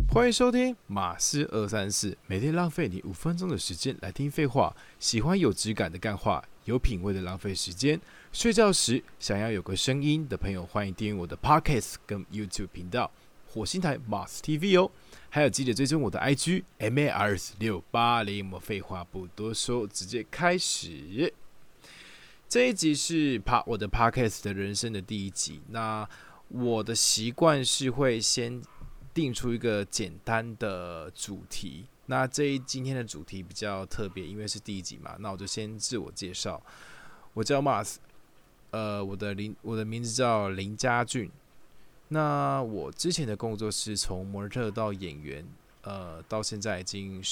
欢迎收听马斯234，每天浪费你5分钟的时间来听废话。喜欢有质感的干话，有品味的浪费时间。睡觉时想要有个声音的朋友，欢迎订阅我的 Podcast 跟 YouTube 频道火星台 Mars TV 哦。还有记得追踪我的 IG MARS680。我们废话不多说，直接开始。这一集是我的 Podcast 的人生的第一集。那我的习惯是会先定出一个简单的主题。那今天的主题比较特别，因为是第一集嘛，那我就先自我介绍。我叫 Mars，我的名字叫林家俊。那我之前的工作是从模特到演员，到现在已经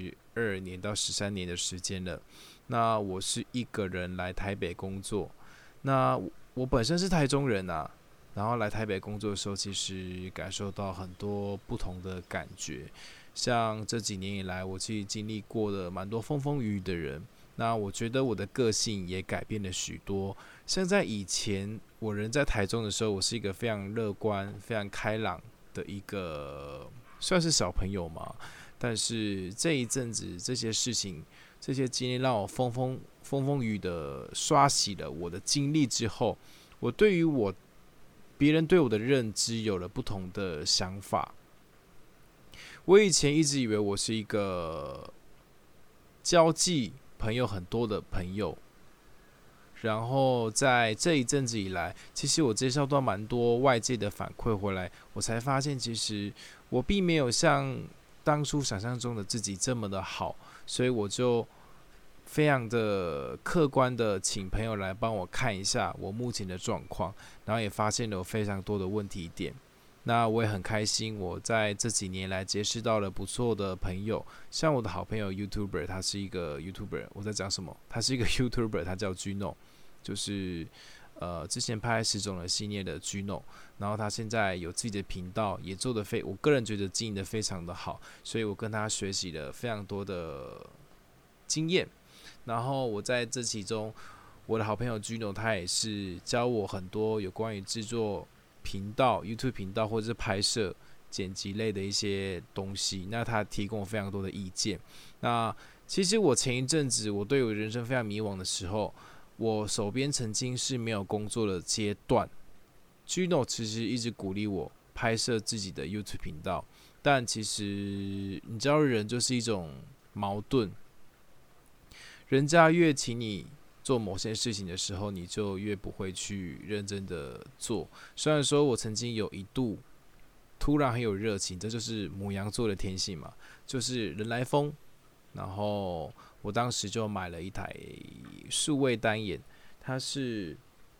12年到13年的时间了。那我是一个人来台北工作。那我本身是台中人啊。然后来台北工作的时候，其实感受到很多不同的感觉。像这几年以来，我其实经历过了蛮多风风雨雨的人。那我觉得我的个性也改变了许多。像在以前我人在台中的时候，我是一个非常乐观、非常开朗的一个算是小朋友嘛。但是这一阵子这些事情、这些经历让我风风雨雨的刷洗了我的经历之后，我对于别人对我的认知有了不同的想法。我以前一直以为我是一个交际朋友很多的朋友，然后在这一阵子以来，其实我接受到蛮多外界的反馈回来，我才发现其实我并没有像当初想象中的自己这么的好，所以我就非常的客观的请朋友来帮我看一下我目前的状况，然后也发现了有非常多的问题点。那我也很开心，我在这几年来结识到了不错的朋友，像我的好朋友 YouTuber， 他是一个 YouTuber， 我在讲什么？他是一个 YouTuber， 他叫 Gino， 就是之前拍10种人系列的 Gino， 然后他现在有自己的频道，也做得我个人觉得经营得非常的好，所以我跟他学习了非常多的经验。然后我在这其中，我的好朋友 Gino 他也是教我很多有关于制作频道、YouTube 频道或者是拍摄、剪辑类的一些东西。那他提供我非常多的意见。那其实我前一阵子我对我人生非常迷惘的时候，我手边曾经是没有工作的阶段。Gino 其实一直鼓励我拍摄自己的 YouTube 频道，但其实你知道人就是一种矛盾。人家越请你做某些事情的时候，你就越不会去认真的做。虽然说我曾经有一度突然很有热情，这就是牡羊座的天性嘛，就是人来疯。然后我当时就买了一台数位单眼，它是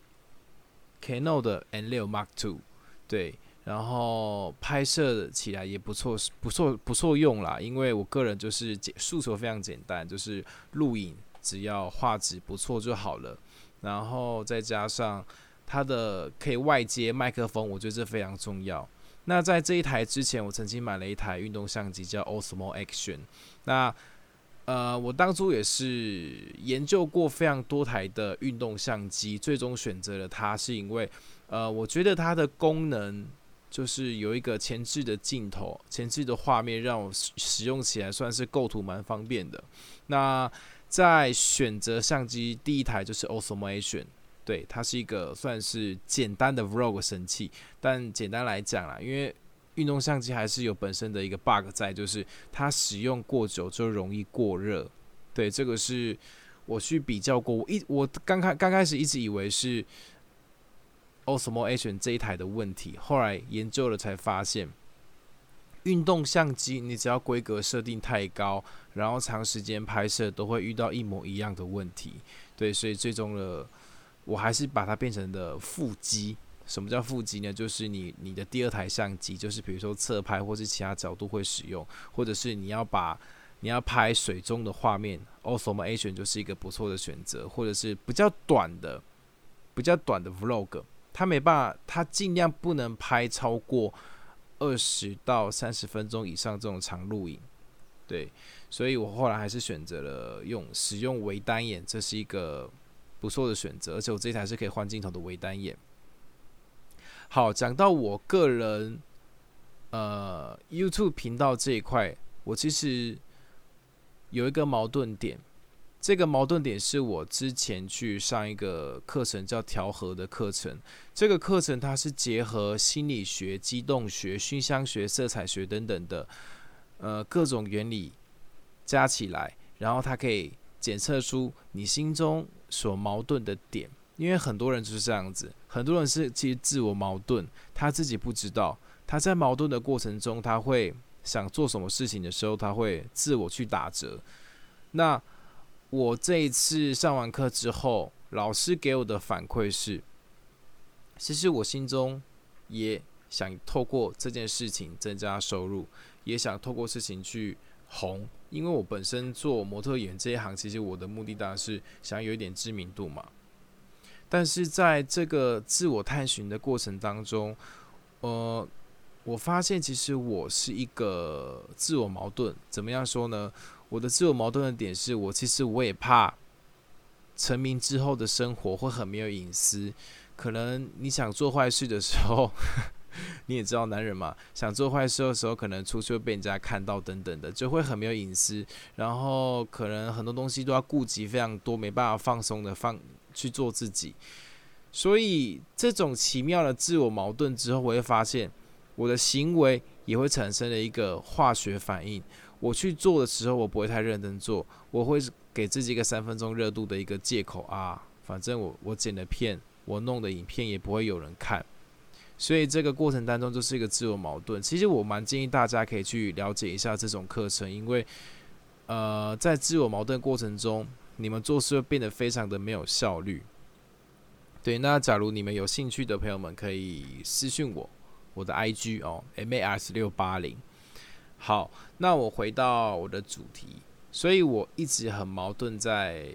Canon 的 N6 Mark II， 对。然后拍摄起来也不错用啦，因为我个人就是诉求非常简单，就是录影只要画质不错就好了。然后再加上它的可以外接麦克风，我觉得这非常重要。那在这一台之前，我曾经买了一台运动相机叫 Osmo Action。那我当初也是研究过非常多台的运动相机，最终选择了它，是因为我觉得它的功能就是有一个前置的镜头、前置的画面，让我使用起来算是构图蛮方便的。那在选择相机第一台就是 Osmo Action， 对，它是一个算是简单的 Vlog 神器。但简单来讲啦，因为运动相机还是有本身的一个 bug 在，就是它使用过久就容易过热。对，这个是我去比较过，我刚开始一直以为是Osmo Action 这一台的问题，后来研究了才发现，运动相机你只要规格设定太高，然后长时间拍摄都会遇到一模一样的问题。对，所以最终我还是把它变成了副机。什么叫副机呢？就是你的第二台相机，就是比如说侧拍或是其他角度会使用，或者是你要拍水中的画面 ，Osmo Action 就是一个不错的选择，或者是比较短的 Vlog。他没办法，他尽量不能拍超过20到30分钟以上这种长录影，对，所以我后来还是选择了使用微单眼，这是一个不错的选择，而且我这台是可以换镜头的微单眼。好，讲到我个人 YouTube 频道这一块，我其实有一个矛盾点。这个矛盾点是我之前去上一个课程叫调和的课程，这个课程它是结合心理学、机动学、熏香学、色彩学等等的各种原理加起来，然后它可以检测出你心中所矛盾的点。因为很多人就是这样子，很多人是其实自我矛盾，他自己不知道，他在矛盾的过程中，他会想做什么事情的时候，他会自我去打折。那我这一次上完课之后，老师给我的反馈是，其实我心中也想透过这件事情增加收入，也想透过事情去红。因为我本身做模特演员这一行，其实我的目的当然是想有一点知名度嘛。但是在这个自我探寻的过程当中，我发现其实我是一个自我矛盾。怎么样说呢？我的自我矛盾的点是其实我也怕成名之后的生活会很没有隐私。可能你想做坏事的时候，你也知道男人嘛，想做坏事的时候，可能出去会被人家看到等等的，就会很没有隐私。然后可能很多东西都要顾及非常多，没办法放松的去做自己。所以这种奇妙的自我矛盾之后，我会发现我的行为也会产生了一个化学反应。我去做的时候，我不会太认真做，我会给自己一个3分钟热度的一个借口啊，反正我剪的片，我弄的影片也不会有人看。所以这个过程当中就是一个自我矛盾。其实我蛮建议大家可以去了解一下这种课程，因为在自我矛盾过程中，你们做事会变得非常的没有效率。对，那假如你们有兴趣的朋友们，可以私讯我的 IG MARS680。好，那我回到我的主题，所以我一直很矛盾在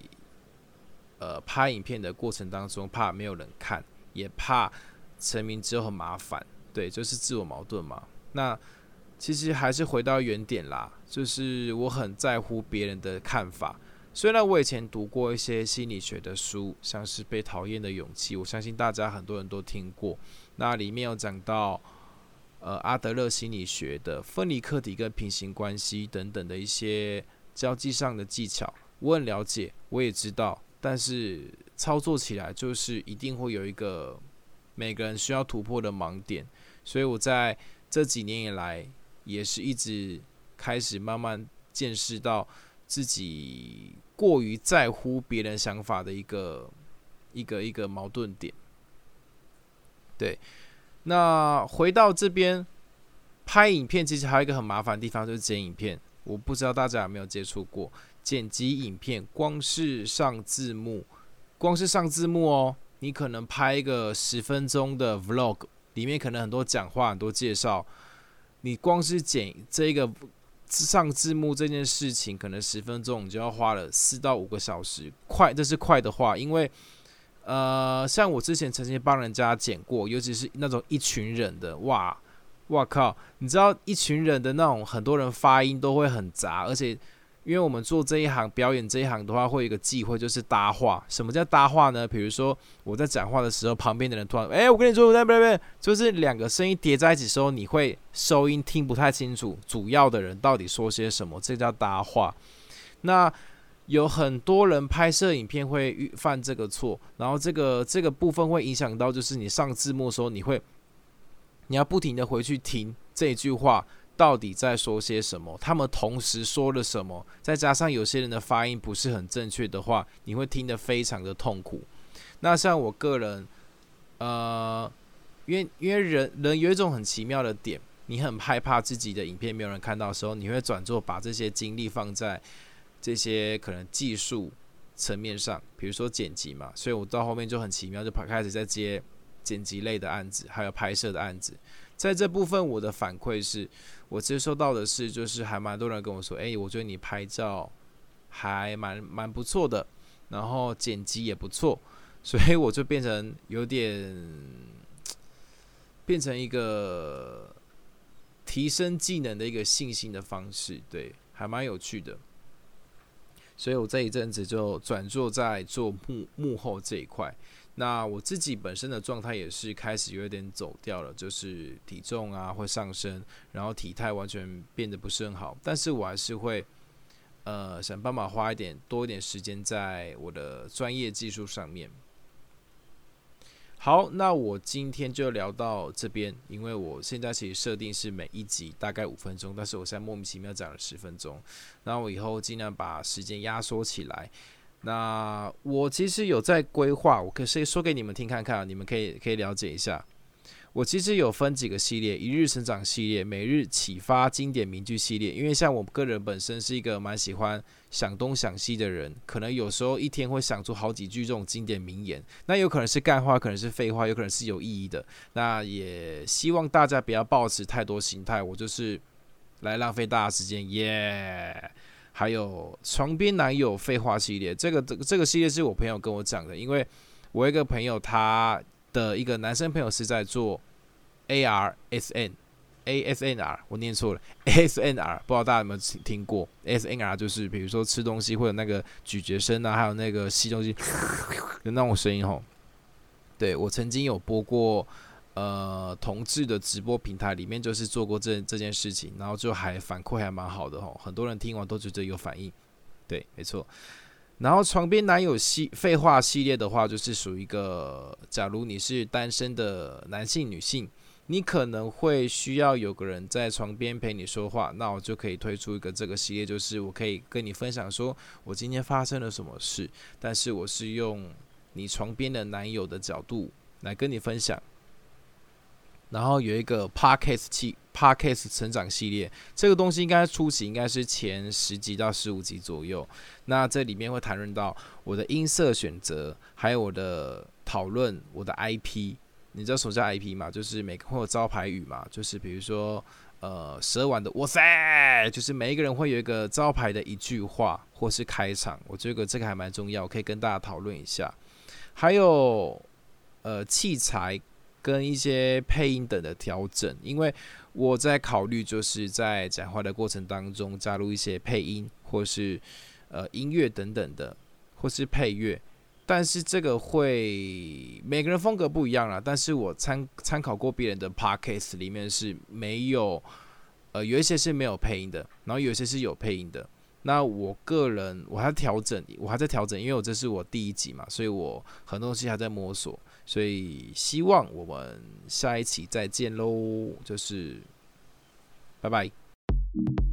拍影片的过程当中，怕没有人看，也怕成名之后很麻烦。对，就是自我矛盾嘛。那其实还是回到原点啦，就是我很在乎别人的看法。虽然我以前读过一些心理学的书，像是《被讨厌的勇气》，我相信大家很多人都听过。那里面有讲到阿德勒心理学的分离课题跟平行关系等等的一些交际上的技巧，我很了解，我也知道，但是操作起来就是一定会有一个每个人需要突破的盲点。所以我在这几年以来，也是一直开始慢慢见识到自己过于在乎别人想法的一个矛盾点。对，那回到这边拍影片，其实还有一个很麻烦的地方，就是剪影片。我不知道大家有没有接触过剪辑影片，光是上字幕哦，你可能拍一个10分钟的 vlog， 里面可能很多讲话，很多介绍，你光是剪这个上字幕这件事情，可能10分钟你就要花了4到5个小时，这是快的话，因为像我之前曾经帮人家剪过，尤其是那种一群人的，哇靠！你知道一群人的那种，很多人发音都会很杂，而且因为我们做这一行表演这一行的话，会有一个忌讳，就是搭话。什么叫搭话呢？比如说我在讲话的时候，旁边的人突然，我跟你说，不，就是两个声音叠在一起的时候，你会收音听不太清楚，主要的人到底说些什么，这叫搭话。那有很多人拍摄影片会犯这个错，然后这个部分会影响到，就是你上字幕的时候，你要不停的回去听这一句话到底在说些什么，他们同时说了什么，再加上有些人的发音不是很正确的话，你会听得非常的痛苦。那像我个人，因为人有一种很奇妙的点，你很害怕自己的影片没有人看到的时候，你会转做把这些精力放在这些可能技术层面上，比如说剪辑嘛，所以我到后面就很奇妙，就开始在接剪辑类的案子，还有拍摄的案子。在这部分，我的反馈是，我接收到的是，就是还蛮多人跟我说，我觉得你拍照还蛮不错的，然后剪辑也不错，所以我就变成一个提升技能的一个信心的方式，对，还蛮有趣的。所以我这一阵子就转做在做幕后这一块。 那我自己本身的状态也是开始有点走掉了，就是体重啊会上升，然后体态完全变得不是很好，但是我还是会想办法花多一点时间在我的专业技术上面。好，那我今天就聊到这边，因为我现在其实设定是每一集大概5分钟，但是我现在莫名其妙讲了10分钟，那我以后尽量把时间压缩起来。那我其实有在规划，我可以说给你们听看看，你们可以了解一下。我其实有分几个系列，一日成长系列、每日启发经典名句系列。因为像我个人本身是一个蛮喜欢想东想西的人，可能有时候一天会想出好几句这种经典名言。那有可能是干话，可能是废话，有可能是有意义的。那也希望大家不要抱持太多心态，我就是来浪费大家时间，耶！还有床边男友废话系列，这个系列是我朋友跟我讲的，因为我有一个朋友他的一个男生朋友是在做 ASMR，我念错了 ASMR， 不知道大家有没有听过 ASMR， 就是比如说吃东西会有那个咀嚼声啊，还有那个吸东西的那种声音吼。对，我曾经有播过同志的直播平台里面就是做过这件事情，然后就反馈还蛮好的吼，很多人听完都觉得有反应。对，没错。然后床边男友废话系列的话，就是属于一个，假如你是单身的男性、女性，你可能会需要有个人在床边陪你说话，那我就可以推出一个这个系列，就是我可以跟你分享说我今天发生了什么事，但是我是用你床边的男友的角度来跟你分享。然后有一个 Podcast 成长系列，这个东西应该初期应该是前10集到15集左右。那这里面会谈论到我的音色选择，还有我的讨论，我的 IP。你知道什么叫 IP 吗？就是每个人会有招牌语嘛，就是比如说12晚的哇塞，就是每一个人会有一个招牌的一句话或是开场。我觉得这个还蛮重要，可以跟大家讨论一下。还有器材跟一些配音等的调整，因为我在考虑就是在讲话的过程当中加入一些配音或是音乐等等的，或是配乐。但是这个会每个人风格不一样啦，但是我参考过别人的 podcast 里面是没有有一些是没有配音的，然后有一些是有配音的。那我个人我还在调整，因为这是我第1集嘛，所以我很多东西还在摸索，所以希望我们下一期再见喽，就是拜拜。